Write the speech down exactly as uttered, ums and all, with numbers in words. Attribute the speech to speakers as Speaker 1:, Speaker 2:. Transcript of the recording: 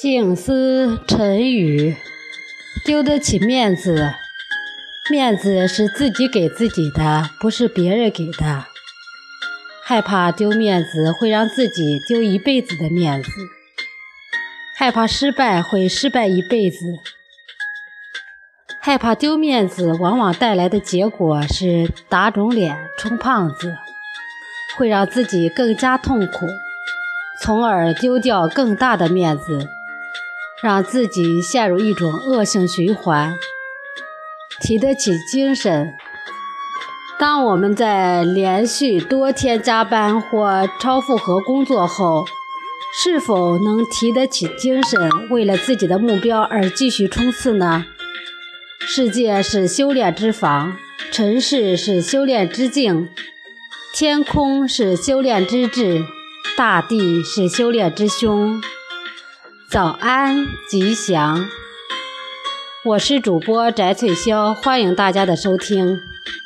Speaker 1: 静思沉语，丢得起面子，面子是自己给自己的，不是别人给的。害怕丢面子会让自己丢一辈子的面子，害怕失败会失败一辈子。害怕丢面子往往带来的结果是打肿脸充胖子，会让自己更加痛苦，从而丢掉更大的面子，让自己陷入一种恶性循环。提得起精神，当我们在连续多天加班或超负荷工作后，是否能提得起精神，为了自己的目标而继续冲刺呢？世界是修炼之房，尘世是修炼之境，天空是修炼之志，大地是修炼之胸。早安，吉祥！我是主播翟翠霄，欢迎大家的收听。